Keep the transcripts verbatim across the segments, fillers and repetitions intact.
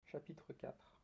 Chapitre quatre.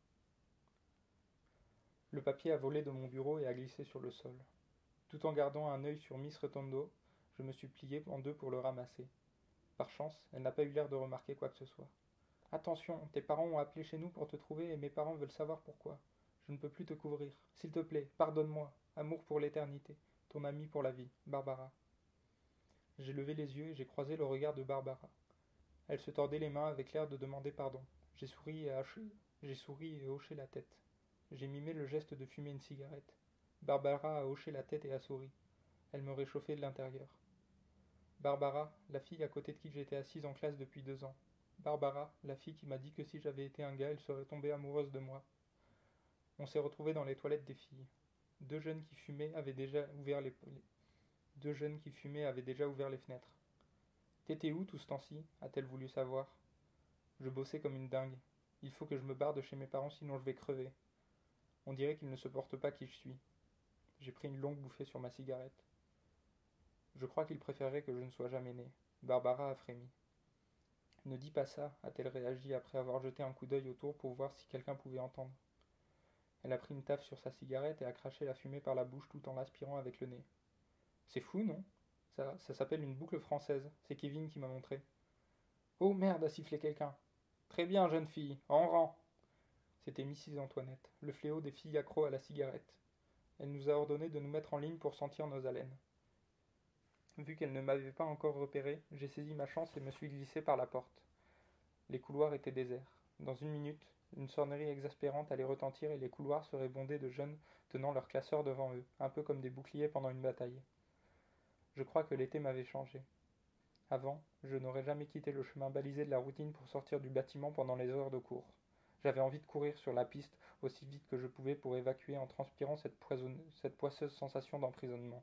Le papier a volé de mon bureau et a glissé sur le sol. Tout en gardant un œil sur Miss Rotondo, je me suis plié en deux pour le ramasser. Par chance, elle n'a pas eu l'air de remarquer quoi que ce soit. Attention, tes parents ont appelé chez nous pour te trouver et mes parents veulent savoir pourquoi. Je ne peux plus te couvrir. S'il te plaît, pardonne-moi. Amour pour l'éternité. Ton ami pour la vie, Barbara. J'ai levé les yeux et j'ai croisé le regard de Barbara. Elle se tordait les mains avec l'air de demander pardon. J'ai souri et haché, j'ai souri et hoché la tête. J'ai mimé le geste de fumer une cigarette. Barbara a hoché la tête et a souri. Elle me réchauffait de l'intérieur. Barbara, la fille à côté de qui j'étais assise en classe depuis deux ans. Barbara, la fille qui m'a dit que si j'avais été un gars, elle serait tombée amoureuse de moi. On s'est retrouvés dans les toilettes des filles. Deux jeunes qui fumaient avaient déjà ouvert les... Deux jeunes qui fumaient avaient déjà ouvert les fenêtres. T'étais où tout ce temps-ci a-t-elle voulu savoir. Je bossais comme une dingue. Il faut que je me barre de chez mes parents sinon je vais crever. On dirait qu'ils ne supportent pas qui je suis. J'ai pris une longue bouffée sur ma cigarette. Je crois qu'ils préféreraient que je ne sois jamais né. Barbara a frémi. Ne dis pas ça, a-t-elle réagi après avoir jeté un coup d'œil autour pour voir si quelqu'un pouvait entendre. Elle a pris une taffe sur sa cigarette et a craché la fumée par la bouche tout en l'aspirant avec le nez. C'est fou, non? Ça, ça s'appelle une boucle française. C'est Kevin qui m'a montré. Oh merde, a sifflé quelqu'un. Très bien, jeune fille, en rang. C'était Missis Antoinette, le fléau des filles accros à la cigarette. Elle nous a ordonné de nous mettre en ligne pour sentir nos haleines. Vu qu'elle ne m'avait pas encore repéré, j'ai saisi ma chance et me suis glissé par la porte. Les couloirs étaient déserts. Dans une minute, une sonnerie exaspérante allait retentir et les couloirs seraient bondés de jeunes tenant leurs classeurs devant eux, un peu comme des boucliers pendant une bataille. Je crois que l'été m'avait changé. Avant, je n'aurais jamais quitté le chemin balisé de la routine pour sortir du bâtiment pendant les heures de cours. J'avais envie de courir sur la piste aussi vite que je pouvais pour évacuer en transpirant cette, cette poisseuse sensation d'emprisonnement.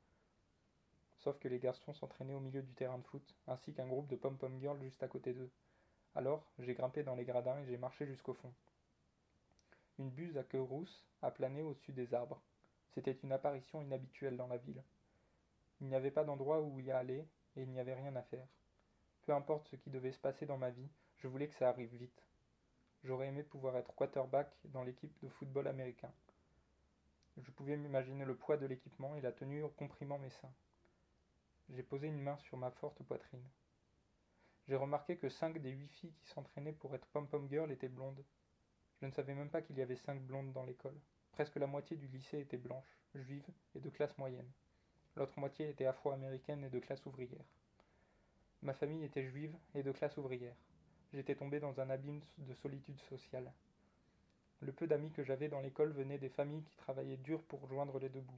Sauf que les garçons s'entraînaient au milieu du terrain de foot, ainsi qu'un groupe de pom-pom girls juste à côté d'eux. Alors, j'ai grimpé dans les gradins et j'ai marché jusqu'au fond. Une buse à queue rousse a plané au-dessus des arbres. C'était une apparition inhabituelle dans la ville. Il n'y avait pas d'endroit où y aller, et il n'y avait rien à faire. Peu importe ce qui devait se passer dans ma vie, je voulais que ça arrive vite. J'aurais aimé pouvoir être quarterback dans l'équipe de football américain. Je pouvais m'imaginer le poids de l'équipement et la tenue comprimant mes seins. J'ai posé une main sur ma forte poitrine. J'ai remarqué que cinq des huit filles qui s'entraînaient pour être pom-pom girl étaient blondes. Je ne savais même pas qu'il y avait cinq blondes dans l'école. Presque la moitié du lycée était blanche, juive et de classe moyenne. L'autre moitié était afro-américaine et de classe ouvrière. Ma famille était juive et de classe ouvrière. J'étais tombé dans un abîme de solitude sociale. Le peu d'amis que j'avais dans l'école venaient des familles qui travaillaient dur pour joindre les deux bouts.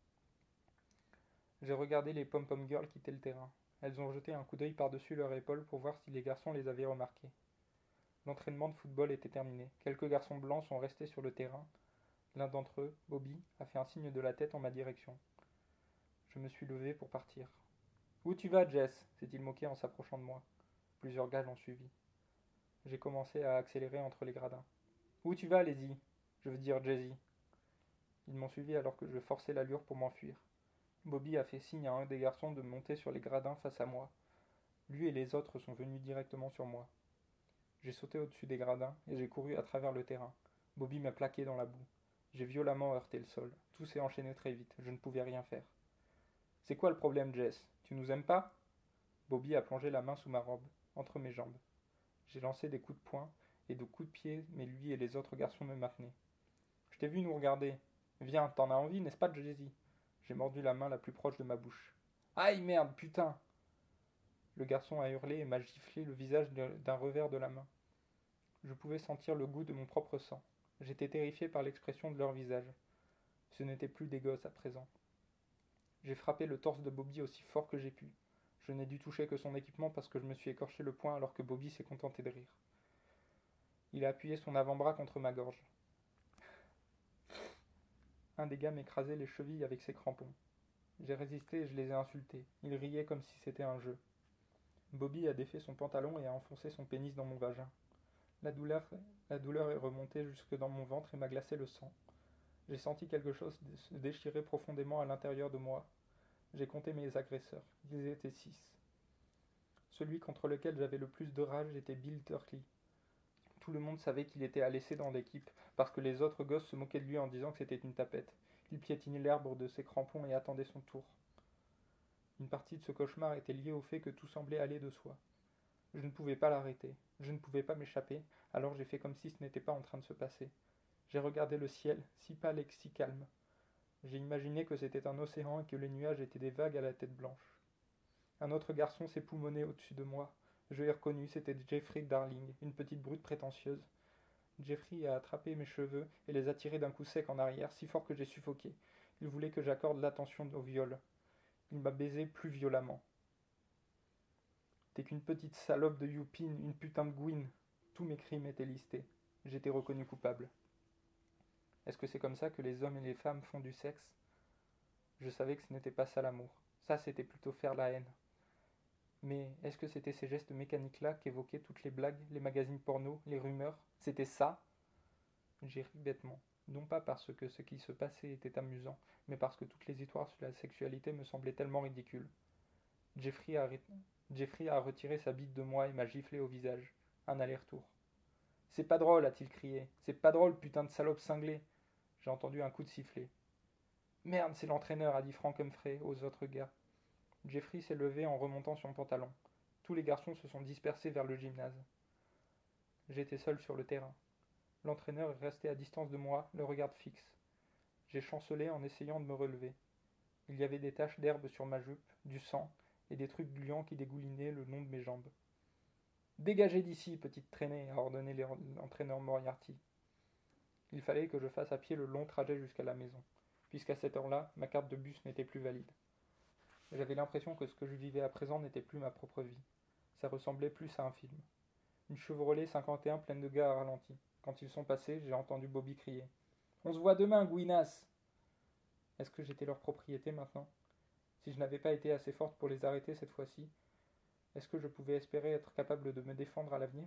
J'ai regardé les pom-pom girls quitter le terrain. Elles ont jeté un coup d'œil par-dessus leur épaule pour voir si les garçons les avaient remarquées. L'entraînement de football était terminé. Quelques garçons blancs sont restés sur le terrain. L'un d'entre eux, Bobby, a fait un signe de la tête en ma direction. Je me suis levé pour partir. Où tu vas, Jess s'est-il moqué en s'approchant de moi. Plusieurs gars l'ont suivi. J'ai commencé à accélérer entre les gradins. Où tu vas, Lazy? Je veux dire Jazzy. Ils m'ont suivi alors que je forçais l'allure pour m'enfuir. Bobby a fait signe à un des garçons de monter sur les gradins face à moi. Lui et les autres sont venus directement sur moi. J'ai sauté au-dessus des gradins et j'ai couru à travers le terrain. Bobby m'a plaqué dans la boue. J'ai violemment heurté le sol. Tout s'est enchaîné très vite. Je ne pouvais rien faire. C'est quoi le problème, Jess? Tu nous aimes pas? Bobby a plongé la main sous ma robe, entre mes jambes. J'ai lancé des coups de poing et de coups de pied, mais lui et les autres garçons me maintenaient. Je t'ai vu nous regarder. Viens, t'en as envie, n'est-ce pas, Jesse? J'ai mordu la main la plus proche de ma bouche. Aïe, merde, putain! Le garçon a hurlé et m'a giflé le visage d'un revers de la main. Je pouvais sentir le goût de mon propre sang. J'étais terrifié par l'expression de leur visage. Ce n'étaient plus des gosses à présent. J'ai frappé le torse de Bobby aussi fort que j'ai pu. Je n'ai dû toucher que son équipement parce que je me suis écorché le poing alors que Bobby s'est contenté de rire. Il a appuyé son avant-bras contre ma gorge. Un des gars m'écrasait les chevilles avec ses crampons. J'ai résisté et je les ai insultés. Ils riaient comme si c'était un jeu. Bobby a défait son pantalon et a enfoncé son pénis dans mon vagin. La douleur, la douleur est remontée jusque dans mon ventre et m'a glacé le sang. J'ai senti quelque chose se déchirer profondément à l'intérieur de moi. J'ai compté mes agresseurs. Ils étaient six. Celui contre lequel j'avais le plus de rage était Bill Turkley. Tout le monde savait qu'il était à l'essai dans l'équipe, parce que les autres gosses se moquaient de lui en disant que c'était une tapette. Il piétinait l'herbe de ses crampons et attendait son tour. Une partie de ce cauchemar était liée au fait que tout semblait aller de soi. Je ne pouvais pas l'arrêter, je ne pouvais pas m'échapper, alors j'ai fait comme si ce n'était pas en train de se passer. J'ai regardé le ciel, si pâle et si calme. J'ai imaginé que c'était un océan et que les nuages étaient des vagues à la tête blanche. Un autre garçon s'époumonait au-dessus de moi. Je l'ai reconnu, c'était Jeffrey Darling, une petite brute prétentieuse. Jeffrey a attrapé mes cheveux et les a tirés d'un coup sec en arrière, si fort que j'ai suffoqué. Il voulait que j'accorde l'attention au viol. Il m'a baisé plus violemment. T'es qu'une petite salope de youpine, une putain de gouine. Tous mes crimes étaient listés. J'étais reconnu coupable. Est-ce que c'est comme ça que les hommes et les femmes font du sexe? Je savais que ce n'était pas ça l'amour. Ça, c'était plutôt faire la haine. Mais est-ce que c'était ces gestes mécaniques-là qu'évoquaient toutes les blagues, les magazines porno, les rumeurs? C'était ça? J'ai ri bêtement. Non pas parce que ce qui se passait était amusant, mais parce que toutes les histoires sur la sexualité me semblaient tellement ridicules. Jeffrey a, Jeffrey a retiré sa bite de moi et m'a giflé au visage. Un aller-retour. C'est pas drôle, a-t-il crié. C'est pas drôle, putain de salope cinglée. J'ai entendu un coup de sifflet. Merde, c'est l'entraîneur, a dit Frank Humphrey aux autres gars. Jeffrey s'est levé en remontant son pantalon. Tous les garçons se sont dispersés vers le gymnase. J'étais seul sur le terrain. L'entraîneur est resté à distance de moi, le regard fixe. J'ai chancelé en essayant de me relever. Il y avait des taches d'herbe sur ma jupe, du sang, et des trucs gluants qui dégoulinaient le long de mes jambes. Dégagez d'ici, petite traînée, a ordonné l'entraîneur Moriarty. Il fallait que je fasse à pied le long trajet jusqu'à la maison, puisqu'à cette heure-là, ma carte de bus n'était plus valide. J'avais l'impression que ce que je vivais à présent n'était plus ma propre vie. Ça ressemblait plus à un film. Une Chevrolet cinquante et un pleine de gars à ralenti. Quand ils sont passés, j'ai entendu Bobby crier. « On se voit demain, Gouinas !» Est-ce que j'étais leur propriété maintenant? Si je n'avais pas été assez forte pour les arrêter cette fois-ci, est-ce que je pouvais espérer être capable de me défendre à l'avenir?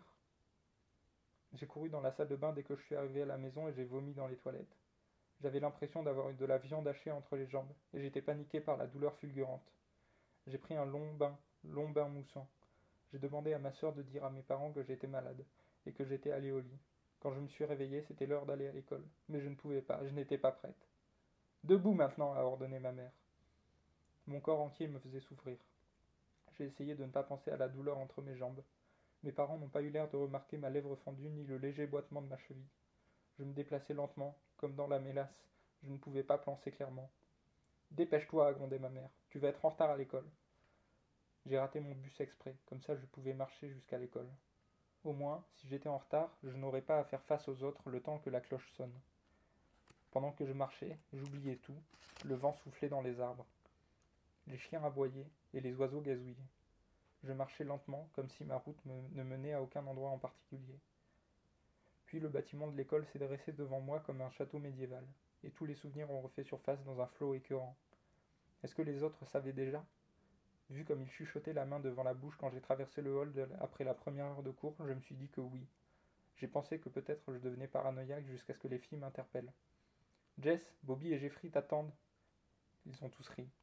J'ai couru dans la salle de bain dès que je suis arrivé à la maison et j'ai vomi dans les toilettes. J'avais l'impression d'avoir eu de la viande hachée entre les jambes, et j'étais paniqué par la douleur fulgurante. J'ai pris un long bain, long bain moussant. J'ai demandé à ma sœur de dire à mes parents que j'étais malade, et que j'étais allé au lit. Quand je me suis réveillé, c'était l'heure d'aller à l'école, mais je ne pouvais pas, je n'étais pas prête. Debout maintenant, a ordonné ma mère. Mon corps entier me faisait souffrir. J'ai essayé de ne pas penser à la douleur entre mes jambes. Mes parents n'ont pas eu l'air de remarquer ma lèvre fendue ni le léger boitement de ma cheville. Je me déplaçais lentement, comme dans la mélasse. Je ne pouvais pas penser clairement. Dépêche-toi, a grondé ma mère. Tu vas être en retard à l'école. J'ai raté mon bus exprès, comme ça je pouvais marcher jusqu'à l'école. Au moins, si j'étais en retard, je n'aurais pas à faire face aux autres le temps que la cloche sonne. Pendant que je marchais, j'oubliais tout. Le vent soufflait dans les arbres. Les chiens aboyaient et les oiseaux gazouillaient. Je marchais lentement, comme si ma route me, ne menait à aucun endroit en particulier. Puis le bâtiment de l'école s'est dressé devant moi comme un château médiéval, et tous les souvenirs ont refait surface dans un flot écœurant. Est-ce que les autres savaient déjà? Vu comme ils chuchotaient la main devant la bouche quand j'ai traversé le hall de, après la première heure de cours, je me suis dit que oui. J'ai pensé que peut-être je devenais paranoïaque jusqu'à ce que les filles m'interpellent. Jess, Bobby et Jeffrey t'attendent. Ils ont tous ri.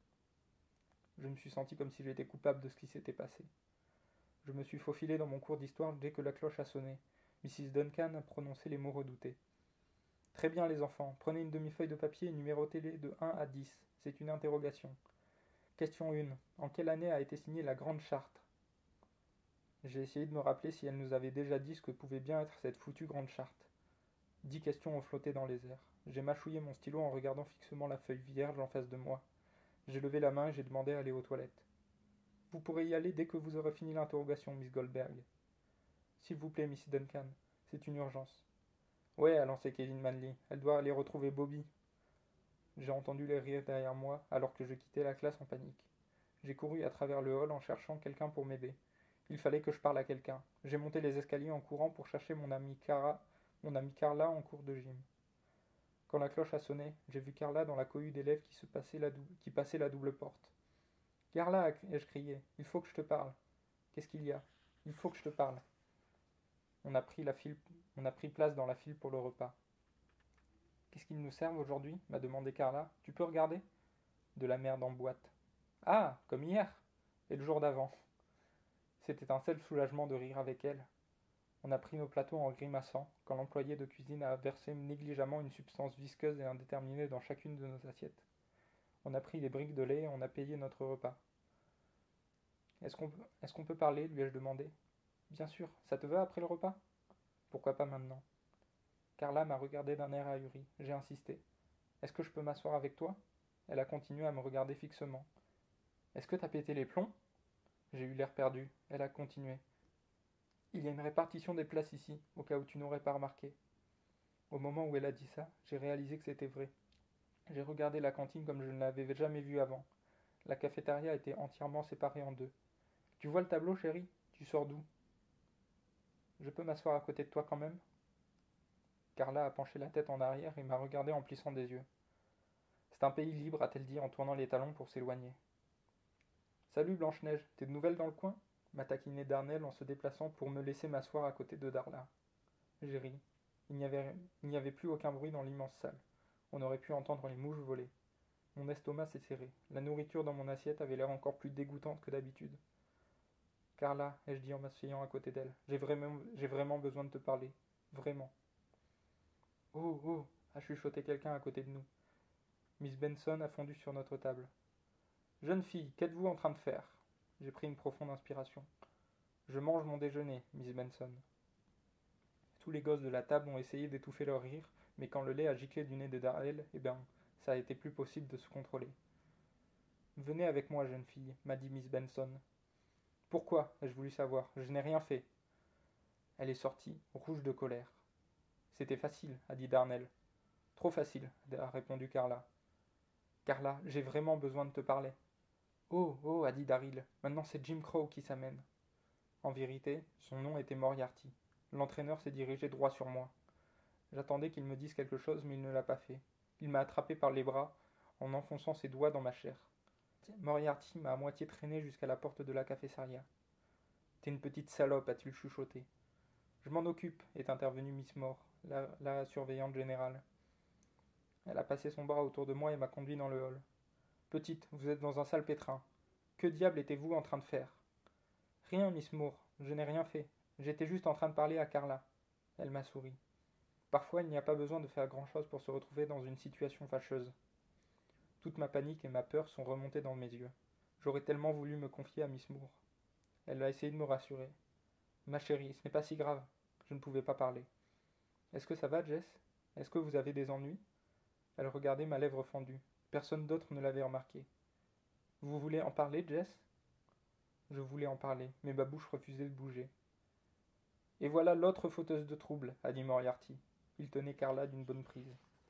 Je me suis senti comme si j'étais coupable de ce qui s'était passé. Je me suis faufilé dans mon cours d'histoire dès que la cloche a sonné. Missus Duncan a prononcé les mots redoutés. Très bien les enfants, prenez une demi-feuille de papier et numérotez-les de un à dix. C'est une interrogation. Question un. En quelle année a été signée la Grande Charte? J'ai essayé de me rappeler si elle nous avait déjà dit ce que pouvait bien être cette foutue Grande Charte. Dix questions ont flotté dans les airs. J'ai mâchouillé mon stylo en regardant fixement la feuille vierge en face de moi. J'ai levé la main et j'ai demandé à aller aux toilettes. Vous pourrez y aller dès que vous aurez fini l'interrogation, Miss Goldberg. S'il vous plaît, Miss Duncan, c'est une urgence. Ouais, a lancé Kevin Manley, elle doit aller retrouver Bobby. J'ai entendu les rires derrière moi alors que je quittais la classe en panique. J'ai couru à travers le hall en cherchant quelqu'un pour m'aider. Il fallait que je parle à quelqu'un. J'ai monté les escaliers en courant pour chercher mon amie Cara, mon amie Carla en cours de gym. Quand la cloche a sonné, j'ai vu Carla dans la cohue d'élèves qui, se passait la dou- qui passait la double porte. Carla, ai-je crié, il faut que je te parle. Qu'est-ce qu'il y a? Il faut que je te parle. On a pris la file, on a pris place dans la file pour le repas. Qu'est-ce qu'ils nous servent aujourd'hui? M'a demandé Carla. Tu peux regarder? De la merde en boîte. Ah, comme hier? Et le jour d'avant. C'était un seul soulagement de rire avec elle. On a pris nos plateaux en grimaçant, quand l'employé de cuisine a versé négligemment une substance visqueuse et indéterminée dans chacune de nos assiettes. On a pris des briques de lait et on a payé notre repas. Est-ce qu'on est-ce qu'on peut parler lui ai-je demandé. Bien sûr, ça te va après le repas? Pourquoi pas maintenant? Carla m'a regardé d'un air ahuri. J'ai insisté. Est-ce que je peux m'asseoir avec toi? Elle a continué à me regarder fixement. Est-ce que t'as pété les plombs? J'ai eu l'air perdu. Elle a continué. Il y a une répartition des places ici, au cas où tu n'aurais pas remarqué. Au moment où elle a dit ça, j'ai réalisé que c'était vrai. J'ai regardé la cantine comme je ne l'avais jamais vue avant. La cafétéria était entièrement séparée en deux. Tu vois le tableau, chérie? Tu sors d'où? Je peux m'asseoir à côté de toi quand même? Carla a penché la tête en arrière et m'a regardé en plissant des yeux. C'est un pays libre, a-t-elle dit en tournant les talons pour s'éloigner. Salut Blanche-Neige, t'es de nouvelles dans le coin? M'a taquiné Darnell en se déplaçant pour me laisser m'asseoir à côté de Darla. J'ai ri. Il n'y avait, il n'y avait plus aucun bruit dans l'immense salle. On aurait pu entendre les mouches voler. Mon estomac s'est serré. La nourriture dans mon assiette avait l'air encore plus dégoûtante que d'habitude. Carla, ai-je dit en m'asseyant à côté d'elle, j'ai vraiment, j'ai vraiment besoin de te parler. Vraiment. Oh, oh, a chuchoté quelqu'un à côté de nous. Miss Benson a fondu sur notre table. Jeune fille, qu'êtes-vous en train de faire? J'ai pris une profonde inspiration. Je mange mon déjeuner, Miss Benson. Tous les gosses de la table ont essayé d'étouffer leur rire, mais quand le lait a giclé du nez de Darrell, eh bien, ça a été plus possible de se contrôler. Venez avec moi, jeune fille, m'a dit Miss Benson. Pourquoi? Ai-je voulu savoir. Je n'ai rien fait. Elle est sortie, rouge de colère. C'était facile, a dit Darnell. Trop facile, a répondu Carla. Carla, j'ai vraiment besoin de te parler. Oh, oh, a dit Daryl, maintenant c'est Jim Crow qui s'amène. En vérité, son nom était Moriarty. L'entraîneur s'est dirigé droit sur moi. J'attendais qu'il me dise quelque chose, mais il ne l'a pas fait. Il m'a attrapé par les bras, en enfonçant ses doigts dans ma chair. Moriarty m'a à moitié traîné jusqu'à la porte de la cafétéria. T'es une petite salope, a-t-il chuchoté. Je m'en occupe, est intervenue Miss Moore, la, la surveillante générale. Elle a passé son bras autour de moi et m'a conduit dans le hall. Petite, vous êtes dans un sale pétrin. Que diable étiez-vous en train de faire? Rien, Miss Moore, je n'ai rien fait. J'étais juste en train de parler à Carla. Elle m'a souri. Parfois, il n'y a pas besoin de faire grand-chose pour se retrouver dans une situation fâcheuse. Toute ma panique et ma peur sont remontées dans mes yeux. J'aurais tellement voulu me confier à Miss Moore. Elle a essayé de me rassurer. Ma chérie, ce n'est pas si grave. Je ne pouvais pas parler. Est-ce que ça va, Jess? Est-ce que vous avez des ennuis? Elle regardait ma lèvre fendue. Personne d'autre ne l'avait remarqué. Vous voulez en parler, Jess? Je voulais en parler, mais ma bouche refusait de bouger. Et voilà l'autre fauteuse de trouble, a dit Moriarty. Il tenait Carla d'une bonne prise.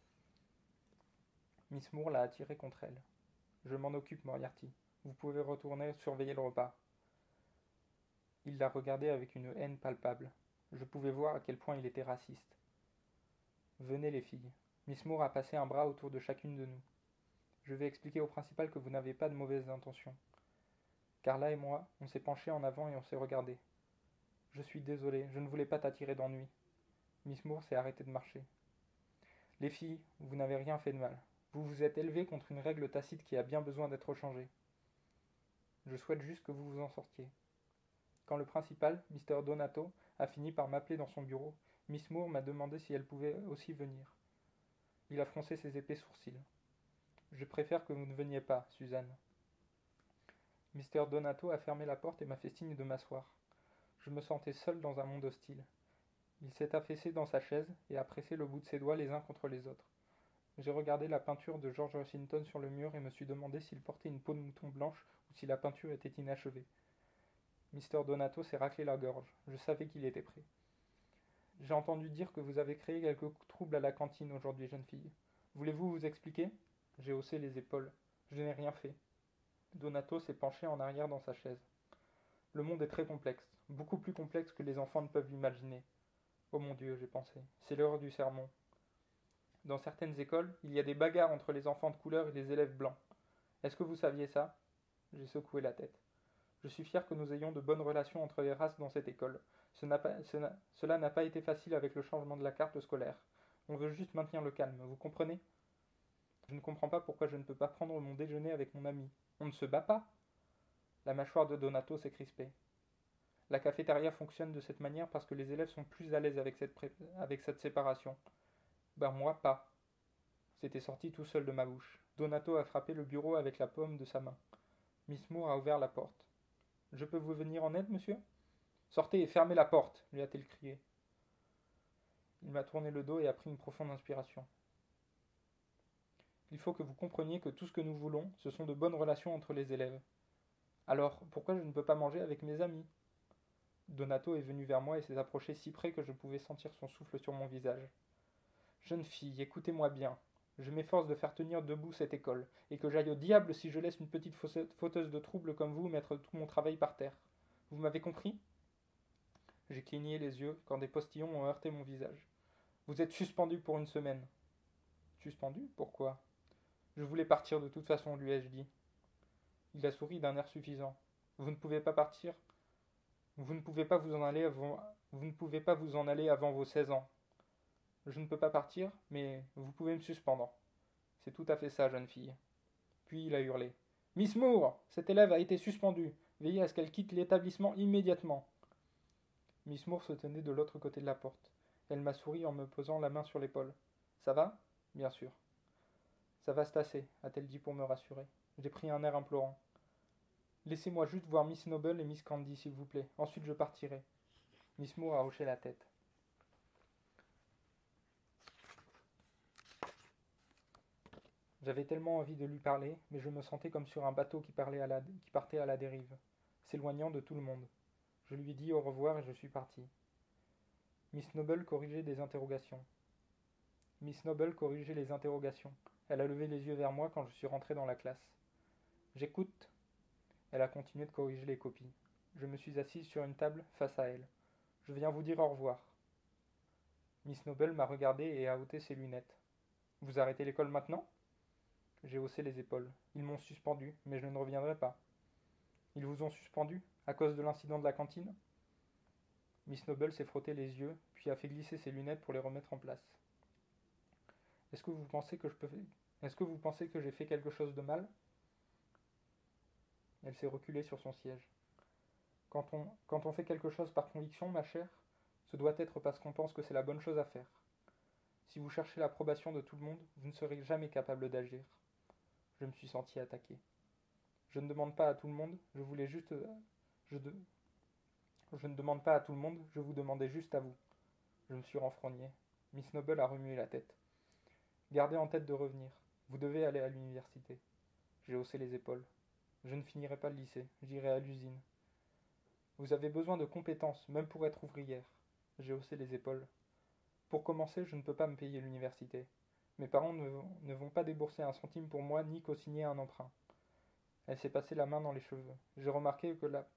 Miss Moore l'a attiré contre elle. Je m'en occupe, Moriarty. Vous pouvez retourner surveiller le repas. Il la regardait avec une haine palpable. Je pouvais voir à quel point il était raciste. Venez les filles. Miss Moore a passé un bras autour de chacune de nous. Je vais expliquer au principal que vous n'avez pas de mauvaises intentions. Carla et moi, on s'est penchés en avant et on s'est regardés. Je suis désolé, je ne voulais pas t'attirer d'ennui. Miss Moore s'est arrêtée de marcher. Les filles, vous n'avez rien fait de mal. Vous vous êtes élevées contre une règle tacite qui a bien besoin d'être changée. Je souhaite juste que vous vous en sortiez. Quand le principal, mister Donato, a fini par m'appeler dans son bureau, Miss Moore m'a demandé si elle pouvait aussi venir. Il a froncé ses épais sourcils. Je préfère que vous ne veniez pas, Suzanne. mister Donato a fermé la porte et m'a fait signe de m'asseoir. Je me sentais seul dans un monde hostile. Il s'est affaissé dans sa chaise et a pressé le bout de ses doigts les uns contre les autres. J'ai regardé la peinture de George Washington sur le mur et me suis demandé s'il portait une peau de mouton blanche ou si la peinture était inachevée. mister Donato s'est raclé la gorge. Je savais qu'il était prêt. J'ai entendu dire que vous avez créé quelques troubles à la cantine aujourd'hui, jeune fille. Voulez-vous vous expliquer? J'ai haussé les épaules. Je n'ai rien fait. Donato s'est penché en arrière dans sa chaise. Le monde est très complexe, beaucoup plus complexe que les enfants ne peuvent l'imaginer. Oh mon Dieu, j'ai pensé, c'est l'heure du sermon. Dans certaines écoles, il y a des bagarres entre les enfants de couleur et les élèves blancs. Est-ce que vous saviez ça? J'ai secoué la tête. Je suis fier que nous ayons de bonnes relations entre les races dans cette école. Ce n'a pas, ce n'a, cela n'a pas été facile avec le changement de la carte scolaire. On veut juste maintenir le calme, vous comprenez? Je ne comprends pas pourquoi je ne peux pas prendre mon déjeuner avec mon ami. On ne se bat pas? La mâchoire de Donato s'est crispée. La cafétéria fonctionne de cette manière parce que les élèves sont plus à l'aise avec cette, pré- avec cette séparation. Ben moi, pas. C'était sorti tout seul de ma bouche. Donato a frappé le bureau avec la paume de sa main. Miss Moore a ouvert la porte. Je peux vous venir en aide, monsieur? Sortez et fermez la porte, lui a-t-il crié. Il m'a tourné le dos et a pris une profonde inspiration. Il faut que vous compreniez que tout ce que nous voulons, ce sont de bonnes relations entre les élèves. Alors, pourquoi je ne peux pas manger avec mes amis? Donato est venu vers moi et s'est approché si près que je pouvais sentir son souffle sur mon visage. Jeune fille, écoutez-moi bien. Je m'efforce de faire tenir debout cette école, et que j'aille au diable si je laisse une petite fauteuse de trouble comme vous mettre tout mon travail par terre. Vous m'avez compris? J'ai cligné les yeux quand des postillons ont heurté mon visage. Vous êtes suspendu pour une semaine. Suspendu? Pourquoi? Je voulais partir de toute façon, lui ai-je dit. Il a souri d'un air suffisant. Vous ne pouvez pas partir? Vous ne pouvez pas vous en aller avant... Vous ne pouvez pas vous en aller avant vos seize ans. Je ne peux pas partir, mais vous pouvez me suspendre. C'est tout à fait ça, jeune fille. Puis il a hurlé. Miss Moore, cette élève a été suspendue. Veillez à ce qu'elle quitte l'établissement immédiatement. Miss Moore se tenait de l'autre côté de la porte. Elle m'a souri en me posant la main sur l'épaule. Ça va? Bien sûr. Ça va se tasser, a-t-elle dit pour me rassurer. J'ai pris un air implorant. Laissez-moi juste voir Miss Noble et Miss Candy, s'il vous plaît. Ensuite je partirai. Miss Moore a hoché la tête. J'avais tellement envie de lui parler, mais je me sentais comme sur un bateau qui, parlait à la, qui partait à la dérive, s'éloignant de tout le monde. Je lui ai dit au revoir et je suis parti. Miss Noble corrigeait des interrogations. Miss Noble corrigeait les interrogations. Elle a levé les yeux vers moi quand je suis rentré dans la classe. J'écoute. Elle a continué de corriger les copies. Je me suis assise sur une table face à elle. Je viens vous dire au revoir. Miss Noble m'a regardé et a ôté ses lunettes. Vous arrêtez l'école maintenant? J'ai haussé les épaules. Ils m'ont suspendu, mais je ne reviendrai pas. Ils vous ont suspendu à cause de l'incident de la cantine? Miss Noble s'est frotté les yeux, puis a fait glisser ses lunettes pour les remettre en place. Est-ce que vous pensez que je peux... Est-ce que vous pensez que j'ai fait quelque chose de mal? Elle s'est reculée sur son siège. Quand on, quand on fait quelque chose par conviction, ma chère, ce doit être parce qu'on pense que c'est la bonne chose à faire. Si vous cherchez l'approbation de tout le monde, vous ne serez jamais capable d'agir. Je me suis senti attaqué. Je ne demande pas à tout le monde, je voulais juste... Je, de... je ne demande pas à tout le monde, je vous demandais juste à vous. Je me suis renfrogné. Miss Noble a remué la tête. Gardez en tête de revenir. Vous devez aller à l'université. J'ai haussé les épaules. Je ne finirai pas le lycée, j'irai à l'usine. Vous avez besoin de compétences, même pour être ouvrière. J'ai haussé les épaules. Pour commencer, je ne peux pas me payer l'université. Mes parents ne vont, ne vont pas débourser un centime pour moi ni co-signer un emprunt. Elle s'est passé la main dans les cheveux. J'ai remarqué que la...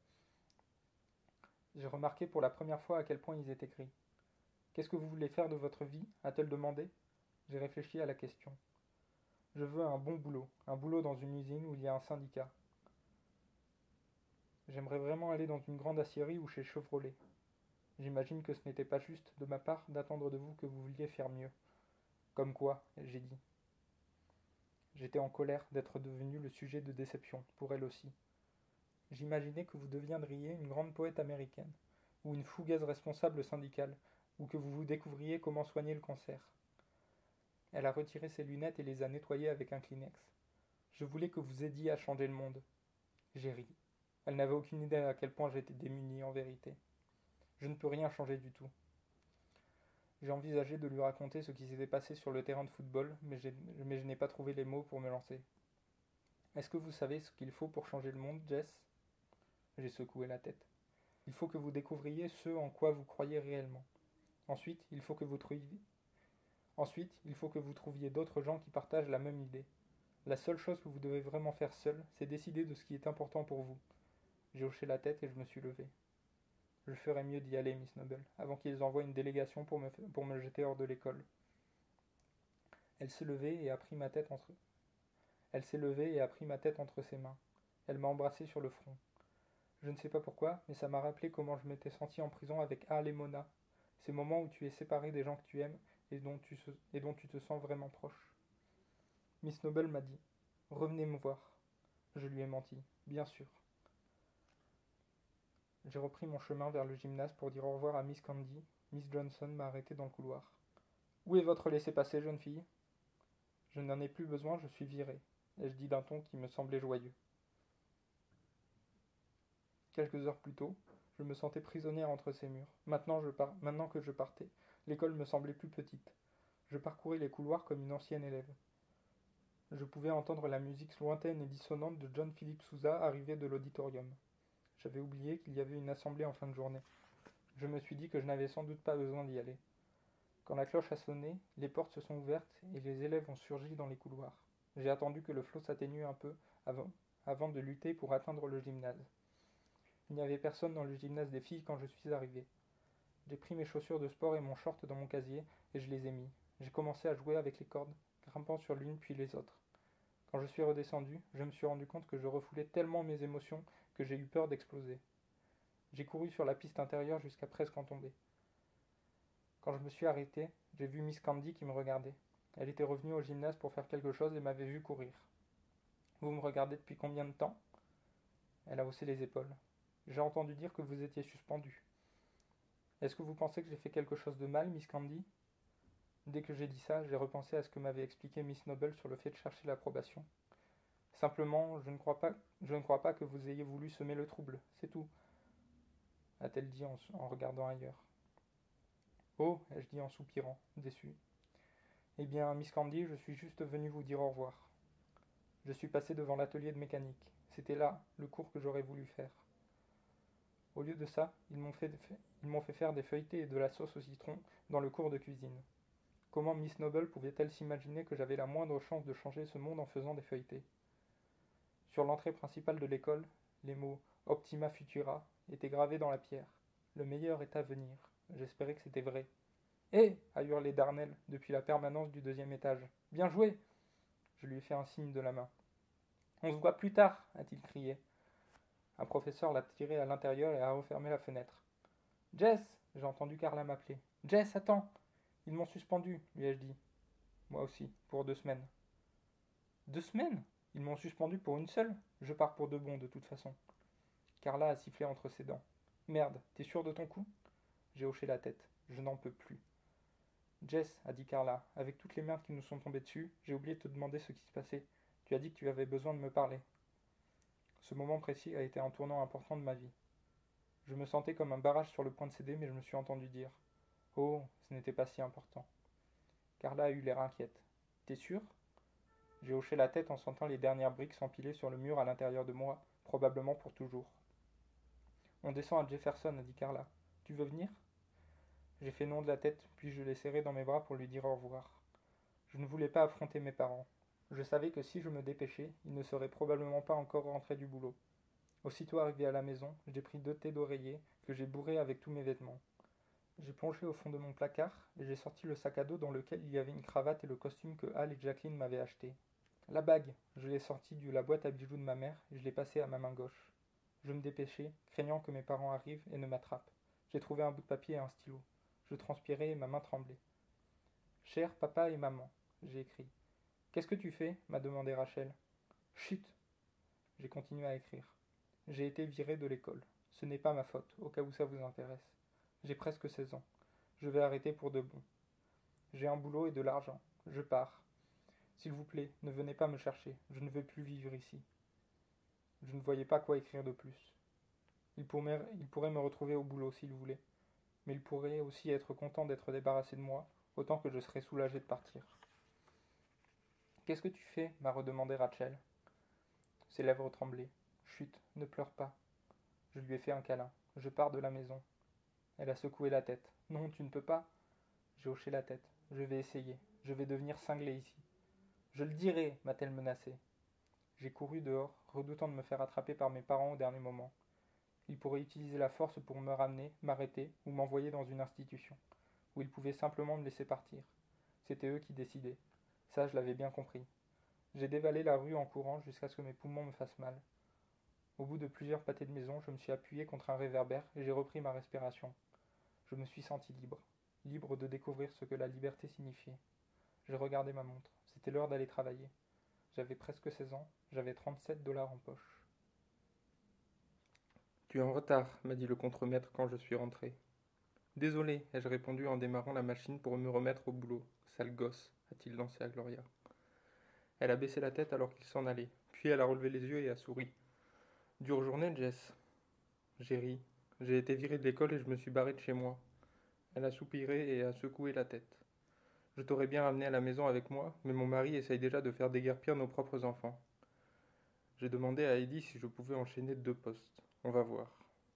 J'ai remarqué pour la première fois à quel point ils étaient gris. Qu'est-ce que vous voulez faire de votre vie? A-t-elle demandé. J'ai réfléchi à la question. Je veux un bon boulot, un boulot dans une usine où il y a un syndicat. J'aimerais vraiment aller dans une grande aciérie ou chez Chevrolet. J'imagine que ce n'était pas juste de ma part d'attendre de vous que vous vouliez faire mieux. Comme quoi, j'ai dit. J'étais en colère d'être devenu le sujet de déception, pour elle aussi. J'imaginais que vous deviendriez une grande poète américaine, ou une fougaise responsable syndicale, ou que vous vous découvriez comment soigner le cancer. Elle a retiré ses lunettes et les a nettoyées avec un Kleenex. Je voulais que vous aidiez à changer le monde. J'ai ri. Elle n'avait aucune idée à quel point j'étais démuni en vérité. Je ne peux rien changer du tout. J'ai envisagé de lui raconter ce qui s'était passé sur le terrain de football, mais, mais je n'ai pas trouvé les mots pour me lancer. Est-ce que vous savez ce qu'il faut pour changer le monde, Jess? J'ai secoué la tête. Il faut que vous découvriez ce en quoi vous croyez réellement. Ensuite, il faut que vous trouviez... Ensuite, il faut que vous trouviez d'autres gens qui partagent la même idée. La seule chose que vous devez vraiment faire seul, c'est décider de ce qui est important pour vous. J'ai hoché la tête et je me suis levé. Je ferais mieux d'y aller, Miss Noble, avant qu'ils envoient une délégation pour me, pour me jeter hors de l'école. Elle s'est levée et a pris ma tête entre... Elle s'est levée et a pris ma tête entre ses mains. Elle m'a embrassé sur le front. Je ne sais pas pourquoi, mais ça m'a rappelé comment je m'étais senti en prison avec Al et Mona. Ces moments où tu es séparé des gens que tu aimes et dont tu, se... et dont tu te sens vraiment proche. Miss Noble m'a dit « Revenez me voir ». Je lui ai menti, bien sûr. J'ai repris mon chemin vers le gymnase pour dire au revoir à Miss Candy. Miss Johnson m'a arrêté dans le couloir. Où est votre laissez-passer, jeune fille? Je n'en ai plus besoin, je suis viré, ai-je dit d'un ton qui me semblait joyeux. Quelques heures plus tôt, je me sentais prisonnière entre ces murs. Maintenant, je par... Maintenant que je partais, l'école me semblait plus petite. Je parcourais les couloirs comme une ancienne élève. Je pouvais entendre la musique lointaine et dissonante de John Philip Sousa arriver de l'auditorium. J'avais oublié qu'il y avait une assemblée en fin de journée. Je me suis dit que je n'avais sans doute pas besoin d'y aller. Quand la cloche a sonné, les portes se sont ouvertes et les élèves ont surgi dans les couloirs. J'ai attendu que le flot s'atténue un peu avant, avant de lutter pour atteindre le gymnase. Il n'y avait personne dans le gymnase des filles quand je suis arrivé. J'ai pris mes chaussures de sport et mon short dans mon casier et je les ai mis. J'ai commencé à jouer avec les cordes, grimpant sur l'une puis les autres. Quand je suis redescendu, je me suis rendu compte que je refoulais tellement mes émotions que j'ai eu peur d'exploser. J'ai couru sur la piste intérieure jusqu'à presque en tomber. Quand je me suis arrêté, j'ai vu Miss Candy qui me regardait. Elle était revenue au gymnase pour faire quelque chose et m'avait vu courir. Vous me regardez depuis combien de temps? Elle a haussé les épaules. J'ai entendu dire que vous étiez suspendu. Est-ce que vous pensez que j'ai fait quelque chose de mal, Miss Candy? Dès que j'ai dit ça, j'ai repensé à ce que m'avait expliqué Miss Noble sur le fait de chercher l'approbation. Simplement, je ne crois pas, je ne crois pas que vous ayez voulu semer le trouble, c'est tout, a-t-elle dit en, en regardant ailleurs. Oh, ai-je dit en soupirant, déçu. Eh bien, Miss Candy, je suis juste venu vous dire au revoir. Je suis passé devant l'atelier de mécanique. C'était là, le cours que j'aurais voulu faire. Au lieu de ça, ils m'ont fait, ils m'ont fait faire des feuilletés et de la sauce au citron dans le cours de cuisine. Comment Miss Noble pouvait-elle s'imaginer que j'avais la moindre chance de changer ce monde en faisant des feuilletés? Sur l'entrée principale de l'école, les mots Optima Futura étaient gravés dans la pierre. Le meilleur est à venir. J'espérais que c'était vrai. Hé a hurlé Darnell depuis la permanence du deuxième étage. Bien joué! Je lui ai fait un signe de la main. On se voit plus tard, a-t-il crié. Un professeur l'a tiré à l'intérieur et a refermé la fenêtre. Jess! J'ai entendu Carla m'appeler. Jess, attends! Ils m'ont suspendu, lui ai-je dit. Moi aussi, pour deux semaines. Deux semaines? Ils m'ont suspendu pour une seule? Je pars pour de bon, de toute façon. Carla a sifflé entre ses dents. Merde, t'es sûr de ton coup? J'ai hoché la tête. Je n'en peux plus. Jess, a dit Carla, avec toutes les merdes qui nous sont tombées dessus, j'ai oublié de te demander ce qui se passait. Tu as dit que tu avais besoin de me parler. Ce moment précis a été un tournant important de ma vie. Je me sentais comme un barrage sur le point de céder, mais je me suis entendu dire. Oh, ce n'était pas si important. Carla a eu l'air inquiète. T'es sûr? J'ai hoché la tête en sentant les dernières briques s'empiler sur le mur à l'intérieur de moi, probablement pour toujours. On descend à Jefferson, a dit Carla. Tu veux venir? J'ai fait non de la tête, puis je l'ai serré dans mes bras pour lui dire au revoir. Je ne voulais pas affronter mes parents. Je savais que si je me dépêchais, ils ne seraient probablement pas encore rentrés du boulot. Aussitôt arrivé à la maison, j'ai pris deux thés d'oreiller que j'ai bourrés avec tous mes vêtements. J'ai plongé au fond de mon placard et j'ai sorti le sac à dos dans lequel il y avait une cravate et le costume que Hal et Jacqueline m'avaient acheté. La bague, je l'ai sortie de la boîte à bijoux de ma mère et je l'ai passée à ma main gauche. Je me dépêchais, craignant que mes parents arrivent et ne m'attrapent. J'ai trouvé un bout de papier et un stylo. Je transpirais et ma main tremblait. Cher papa et maman, j'ai écrit. Qu'est-ce que tu fais? M'a demandé Rachel. Chut! J'ai continué à écrire. J'ai été viré de l'école. Ce n'est pas ma faute, au cas où ça vous intéresse. J'ai presque seize ans. Je vais arrêter pour de bon. J'ai un boulot et de l'argent. Je pars. S'il vous plaît, ne venez pas me chercher. Je ne veux plus vivre ici. Je ne voyais pas quoi écrire de plus. Il pourrait, il pourrait me retrouver au boulot s'il voulait. Mais il pourrait aussi être content d'être débarrassé de moi, autant que je serais soulagé de partir. Qu'est-ce que tu fais? M'a redemandé Rachel. Ses lèvres tremblaient. Chut, ne pleure pas. Je lui ai fait un câlin. Je pars de la maison. Elle a secoué la tête. Non, tu ne peux pas. J'ai hoché la tête. Je vais essayer. Je vais devenir cinglé ici. Je le dirai, m'a-t-elle menacé. J'ai couru dehors, redoutant de me faire attraper par mes parents au dernier moment. Ils pourraient utiliser la force pour me ramener, m'arrêter ou m'envoyer dans une institution, où ils pouvaient simplement me laisser partir. C'était eux qui décidaient. Ça, je l'avais bien compris. J'ai dévalé la rue en courant jusqu'à ce que mes poumons me fassent mal. Au bout de plusieurs pâtés de maison, je me suis appuyé contre un réverbère et j'ai repris ma respiration. Je me suis senti libre, libre de découvrir ce que la liberté signifiait. J'ai regardé ma montre. C'était l'heure d'aller travailler. J'avais presque seize ans, j'avais trente-sept dollars en poche. Tu es en retard, m'a dit le contremaître quand je suis rentré. Désolé, ai-je répondu en démarrant la machine pour me remettre au boulot. Sale gosse, a-t-il lancé à Gloria. Elle a baissé la tête alors qu'il s'en allait, puis elle a relevé les yeux et a souri. Dure journée, Jess. J'ai ri. J'ai été viré de l'école et je me suis barré de chez moi. Elle a soupiré et a secoué la tête. Je t'aurais bien ramené à la maison avec moi, mais mon mari essaye déjà de faire déguerpir nos propres enfants. J'ai demandé à Heidi si je pouvais enchaîner deux postes. On va voir.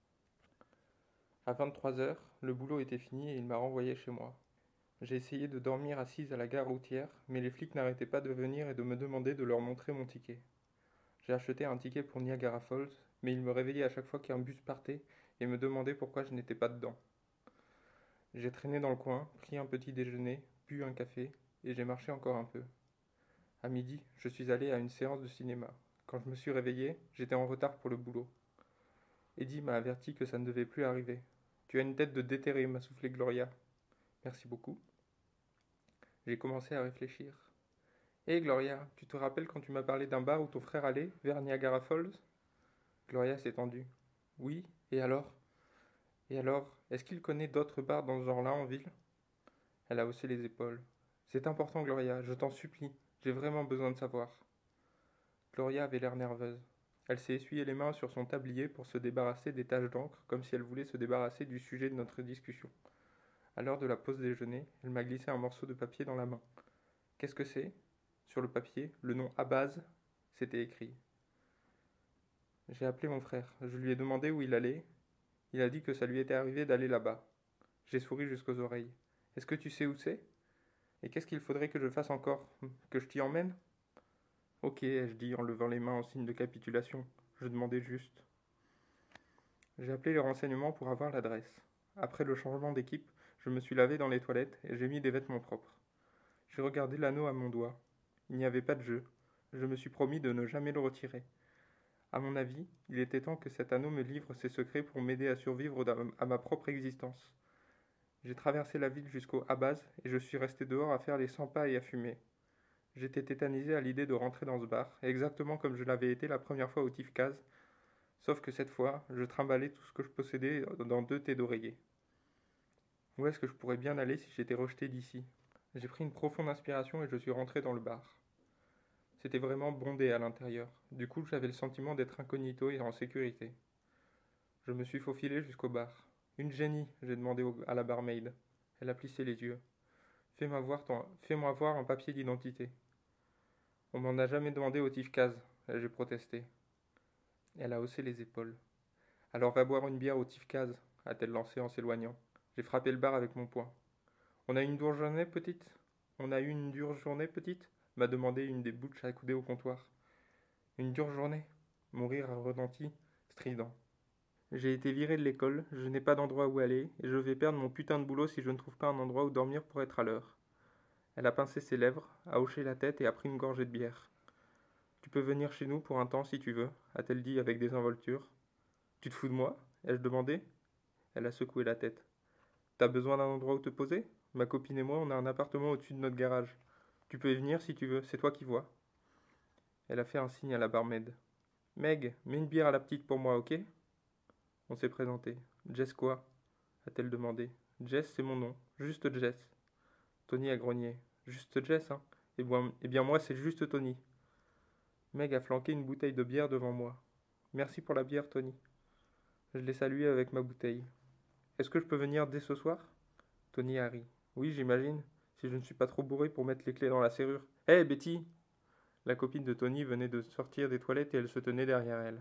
À vingt-trois heures, le boulot était fini et il m'a renvoyé chez moi. J'ai essayé de dormir assise à la gare routière, mais les flics n'arrêtaient pas de venir et de me demander de leur montrer mon ticket. J'ai acheté un ticket pour Niagara Falls, mais ils me réveillaient à chaque fois qu'un bus partait et me demandaient pourquoi je n'étais pas dedans. J'ai traîné dans le coin, pris un petit déjeuner, bu un café, et j'ai marché encore un peu. À midi, je suis allé à une séance de cinéma. Quand je me suis réveillé, j'étais en retard pour le boulot. Eddie m'a averti que ça ne devait plus arriver. Tu as une tête de déterré, m'a soufflé Gloria. Merci beaucoup. J'ai commencé à réfléchir. Hé hey Gloria, tu te rappelles quand tu m'as parlé d'un bar où ton frère allait, vers Niagara Falls? Gloria s'est tendue. Oui, et alors? Et alors, est-ce qu'il connaît d'autres bars dans ce genre-là en ville? Elle a haussé les épaules. C'est important, Gloria, je t'en supplie, j'ai vraiment besoin de savoir. Gloria avait l'air nerveuse. Elle s'est essuyé les mains sur son tablier pour se débarrasser des taches d'encre, comme si elle voulait se débarrasser du sujet de notre discussion. À l'heure de la pause déjeuner, elle m'a glissé un morceau de papier dans la main. Qu'est-ce que c'est? Sur le papier, le nom Abaz, c'était écrit. J'ai appelé mon frère. Je lui ai demandé où il allait. Il a dit que ça lui était arrivé d'aller là-bas. J'ai souri jusqu'aux oreilles. Est-ce que tu sais où c'est? Et qu'est-ce qu'il faudrait que je fasse encore? Que je t'y emmène? Ok, ai-je dit en levant les mains en signe de capitulation. Je demandais juste. J'ai appelé les renseignements pour avoir l'adresse. Après le changement d'équipe, je me suis lavé dans les toilettes et j'ai mis des vêtements propres. J'ai regardé l'anneau à mon doigt. Il n'y avait pas de jeu. Je me suis promis de ne jamais le retirer. À mon avis, il était temps que cet anneau me livre ses secrets pour m'aider à survivre à ma propre existence. J'ai traversé la ville jusqu'au Habaz et je suis resté dehors à faire les cent pas et à fumer. J'étais tétanisé à l'idée de rentrer dans ce bar, exactement comme je l'avais été la première fois au Tifkaz, sauf que cette fois, je trimballais tout ce que je possédais dans deux thés d'oreiller. Où est-ce que je pourrais bien aller si j'étais rejeté d'ici? J'ai pris une profonde inspiration et je suis rentré dans le bar. C'était vraiment bondé à l'intérieur. Du coup, j'avais le sentiment d'être incognito et en sécurité. Je me suis faufilé jusqu'au bar. Une génie, j'ai demandé à la barmaid. Elle a plissé les yeux. Fais-moi voir, ton... Fais-moi voir un papier d'identité. On m'en a jamais demandé au Tifkaz, j'ai protesté. Elle a haussé les épaules. Alors va boire une bière au Tifkaz, a-t-elle lancé en s'éloignant. J'ai frappé le bar avec mon poing. On a eu une dure journée, petite? On a eu une dure journée, petite? M'a demandé une des bouches accoudées au comptoir. Une dure journée? Mon rire a retenti, strident. J'ai été viré de l'école, je n'ai pas d'endroit où aller, et je vais perdre mon putain de boulot si je ne trouve pas un endroit où dormir pour être à l'heure. Elle a pincé ses lèvres, a hoché la tête et a pris une gorgée de bière. Tu peux venir chez nous pour un temps si tu veux, a-t-elle dit avec désinvolture. Tu te fous de moi? Ai-je demandé. Elle a secoué la tête. T'as besoin d'un endroit où te poser? Ma copine et moi, on a un appartement au-dessus de notre garage. Tu peux y venir si tu veux, c'est toi qui vois. Elle a fait un signe à la barmaid. Meg, mets une bière à la petite pour moi, ok? On s'est présenté. Jess quoi? A-t-elle demandé. Jess, c'est mon nom. Juste Jess. Tony a grogné. Juste Jess, hein? Eh bien, eh bien moi, c'est juste Tony. Meg a flanqué une bouteille de bière devant moi. Merci pour la bière, Tony. Je l'ai salué avec ma bouteille. Est-ce que je peux venir dès ce soir? Tony a ri. Oui, j'imagine, si je ne suis pas trop bourré pour mettre les clés dans la serrure. Hé, hey, Betty! La copine de Tony venait de sortir des toilettes et elle se tenait derrière elle.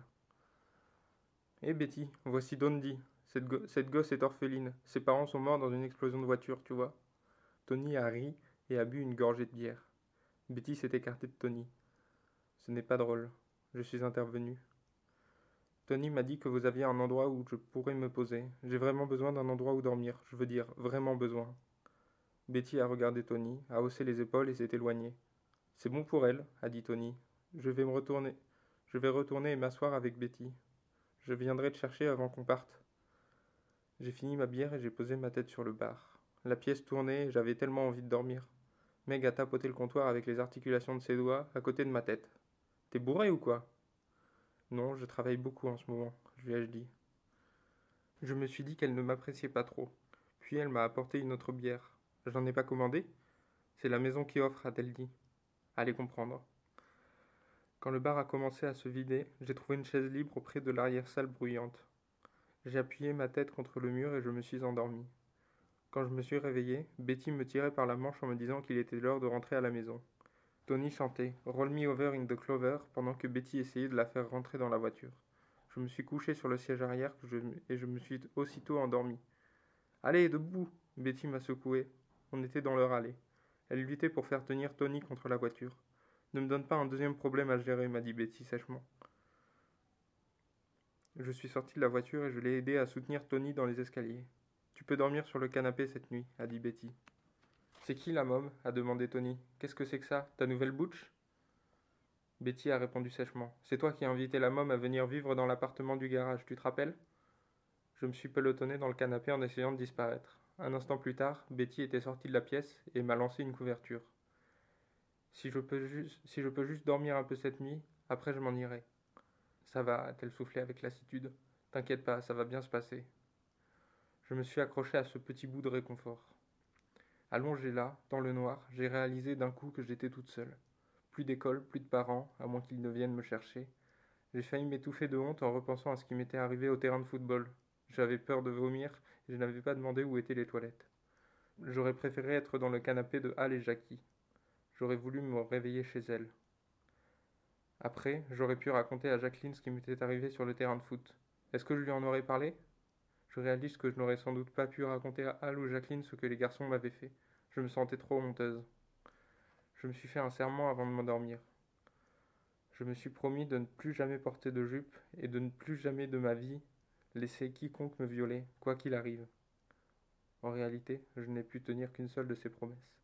Hé hey Betty, voici Dondi. Cette, go cette gosse est orpheline. Ses parents sont morts dans une explosion de voiture, tu vois. Tony a ri et a bu une gorgée de bière. Betty s'est écartée de Tony. Ce n'est pas drôle. Je suis intervenu. Tony m'a dit que vous aviez un endroit où je pourrais me poser. J'ai vraiment besoin d'un endroit où dormir. Je veux dire, vraiment besoin. Betty a regardé Tony, a haussé les épaules et s'est éloignée. C'est bon pour elle, a dit Tony. Je vais me retourner. Je vais retourner et m'asseoir avec Betty. Je viendrai te chercher avant qu'on parte. J'ai fini ma bière et j'ai posé ma tête sur le bar. La pièce tournait et j'avais tellement envie de dormir. Meg a tapoté le comptoir avec les articulations de ses doigts à côté de ma tête. T'es bourré ou quoi? Non, je travaille beaucoup en ce moment, je lui ai dit. Je me suis dit qu'elle ne m'appréciait pas trop. Puis elle m'a apporté une autre bière. Je n'en ai pas commandé? C'est la maison qui offre, a-t-elle dit. Allez comprendre. Quand le bar a commencé à se vider, j'ai trouvé une chaise libre auprès de l'arrière-salle bruyante. J'ai appuyé ma tête contre le mur et je me suis endormi. Quand je me suis réveillé, Betty me tirait par la manche en me disant qu'il était l'heure de rentrer à la maison. Tony chantait « Roll me over in the clover » pendant que Betty essayait de la faire rentrer dans la voiture. Je me suis couché sur le siège arrière et je me suis aussitôt endormi. « Allez, debout !» Betty m'a secoué. On était dans leur allée. Elle luttait pour faire tenir Tony contre la voiture. « Ne me donne pas un deuxième problème à gérer, m'a dit Betty sèchement. Je suis sorti de la voiture et je l'ai aidé à soutenir Tony dans les escaliers. « Tu peux dormir sur le canapé cette nuit, » a dit Betty. « C'est qui la môme » a demandé Tony. « Qu'est-ce que c'est que ça, ta nouvelle butch ?» Betty a répondu sèchement. « C'est toi qui as invité la môme à venir vivre dans l'appartement du garage, tu te rappelles ?» Je me suis pelotonné dans le canapé en essayant de disparaître. Un instant plus tard, Betty était sortie de la pièce et m'a lancé une couverture. Si je peux juste, si je peux juste dormir un peu cette nuit, après je m'en irai. Ça va, a-t-elle soufflé avec lassitude. T'inquiète pas, ça va bien se passer. Je me suis accroché à ce petit bout de réconfort. Allongé là, dans le noir, j'ai réalisé d'un coup que j'étais toute seule. Plus d'école, plus de parents, à moins qu'ils ne viennent me chercher. J'ai failli m'étouffer de honte en repensant à ce qui m'était arrivé au terrain de football. J'avais peur de vomir et je n'avais pas demandé où étaient les toilettes. J'aurais préféré être dans le canapé de Hal et Jackie. J'aurais voulu me réveiller chez elle. Après, j'aurais pu raconter à Jacqueline ce qui m'était arrivé sur le terrain de foot. Est-ce que je lui en aurais parlé? Je réalise que je n'aurais sans doute pas pu raconter à Hal ou Jacqueline ce que les garçons m'avaient fait. Je me sentais trop honteuse. Je me suis fait un serment avant de m'endormir. Je me suis promis de ne plus jamais porter de jupe et de ne plus jamais de ma vie laisser quiconque me violer, quoi qu'il arrive. En réalité, je n'ai pu tenir qu'une seule de ces promesses.